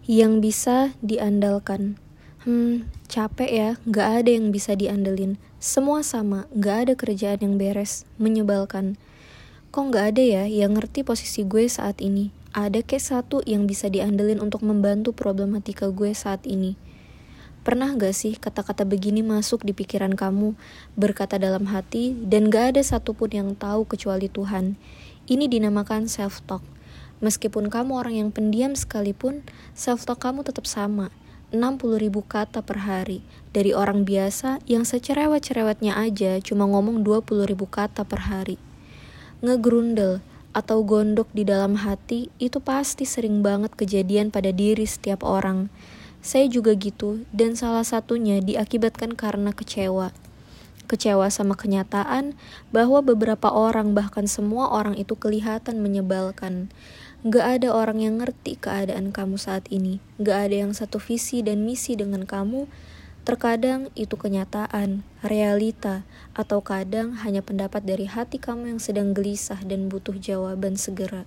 Yang bisa diandalkan. Capek ya, gak ada yang bisa diandelin. Semua sama, gak ada kerjaan yang beres, menyebalkan. Kok gak ada ya yang ngerti posisi gue saat ini? Ada kayak satu yang bisa diandelin untuk membantu problematika gue saat ini. Pernah gak sih kata-kata begini masuk di pikiran kamu, berkata dalam hati, dan gak ada satupun yang tahu kecuali Tuhan. Ini dinamakan self-talk. Meskipun kamu orang yang pendiam sekalipun, self-talk kamu tetap sama, 60.000 kata per hari. Dari orang biasa yang secerewet-cerewetnya aja cuma ngomong 20.000 kata per hari. Ngegrundel atau gondok di dalam hati itu pasti sering banget kejadian pada diri setiap orang. Saya juga gitu, dan salah satunya diakibatkan karena kecewa. Kecewa sama kenyataan bahwa beberapa orang, bahkan semua orang itu kelihatan menyebalkan. Gak ada orang yang ngerti keadaan kamu saat ini. Gak ada yang satu visi dan misi dengan kamu. Terkadang itu kenyataan, realita, atau kadang hanya pendapat dari hati kamu yang sedang gelisah dan butuh jawaban segera.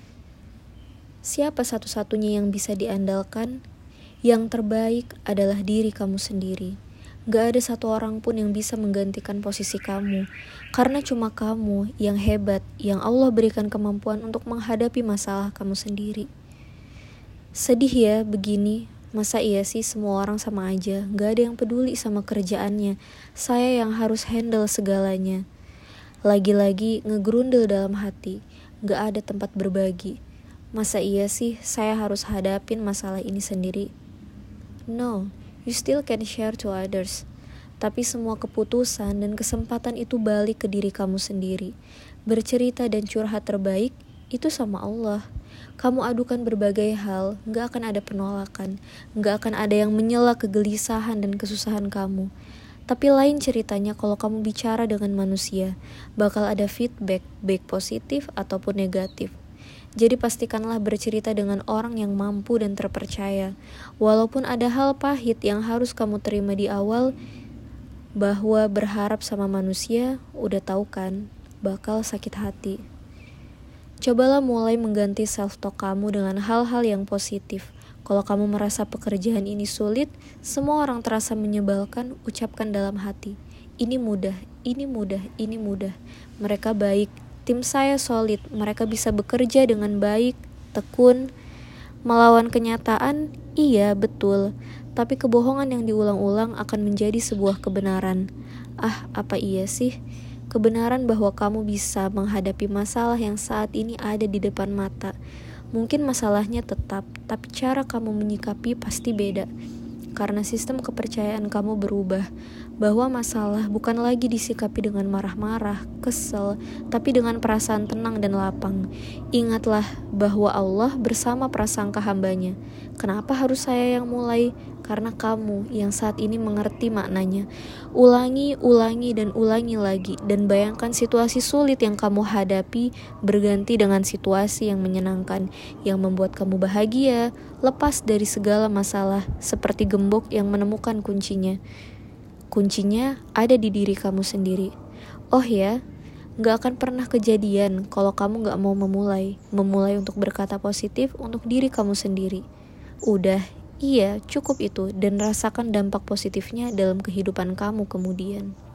Siapa satu-satunya yang bisa diandalkan? Yang terbaik adalah diri kamu sendiri. Gak ada satu orang pun yang bisa menggantikan posisi kamu, karena cuma kamu yang hebat, yang Allah berikan kemampuan untuk menghadapi masalah kamu sendiri. Sedih ya begini, masa iya sih semua orang sama aja, gak ada yang peduli sama kerjaannya, saya yang harus handle segalanya. Lagi-lagi ngegrundel dalam hati, gak ada tempat berbagi. Masa iya sih saya harus hadapin masalah ini sendiri? No, you still can share to others. Tapi semua keputusan dan kesempatan itu balik ke diri kamu sendiri. Bercerita dan curhat terbaik itu sama Allah. Kamu adukan berbagai hal, gak akan ada penolakan, gak akan ada yang menyela kegelisahan dan kesusahan kamu. Tapi lain ceritanya kalau kamu bicara dengan manusia, bakal ada feedback, baik positif ataupun negatif. Jadi pastikanlah bercerita dengan orang yang mampu dan terpercaya. Walaupun ada hal pahit yang harus kamu terima di awal, bahwa berharap sama manusia, udah tahu kan, bakal sakit hati. Cobalah mulai mengganti self-talk kamu dengan hal-hal yang positif. Kalau kamu merasa pekerjaan ini sulit, semua orang terasa menyebalkan, ucapkan dalam hati. Ini mudah, ini mudah, ini mudah. Mereka baik. Tim saya solid, mereka bisa bekerja dengan baik, tekun, melawan kenyataan, iya betul, tapi kebohongan yang diulang-ulang akan menjadi sebuah kebenaran. Apa iya sih? Kebenaran bahwa kamu bisa menghadapi masalah yang saat ini ada di depan mata. Mungkin masalahnya tetap, tapi cara kamu menyikapi pasti beda. Karena sistem kepercayaan kamu berubah, bahwa masalah bukan lagi disikapi dengan marah-marah, kesel, tapi dengan perasaan tenang dan lapang. Ingatlah bahwa Allah bersama prasangka hambanya. Kenapa harus saya yang mulai? Karena kamu yang saat ini mengerti maknanya. Ulangi, dan ulangi lagi, dan bayangkan situasi sulit yang kamu hadapi berganti dengan situasi yang menyenangkan, yang membuat kamu bahagia, lepas dari segala masalah, seperti gembok yang menemukan kuncinya. Kuncinya ada di diri kamu sendiri. Oh ya, gak akan pernah kejadian kalau kamu gak mau memulai untuk berkata positif untuk diri kamu sendiri. Udah, iya, cukup itu, dan rasakan dampak positifnya dalam kehidupan kamu kemudian.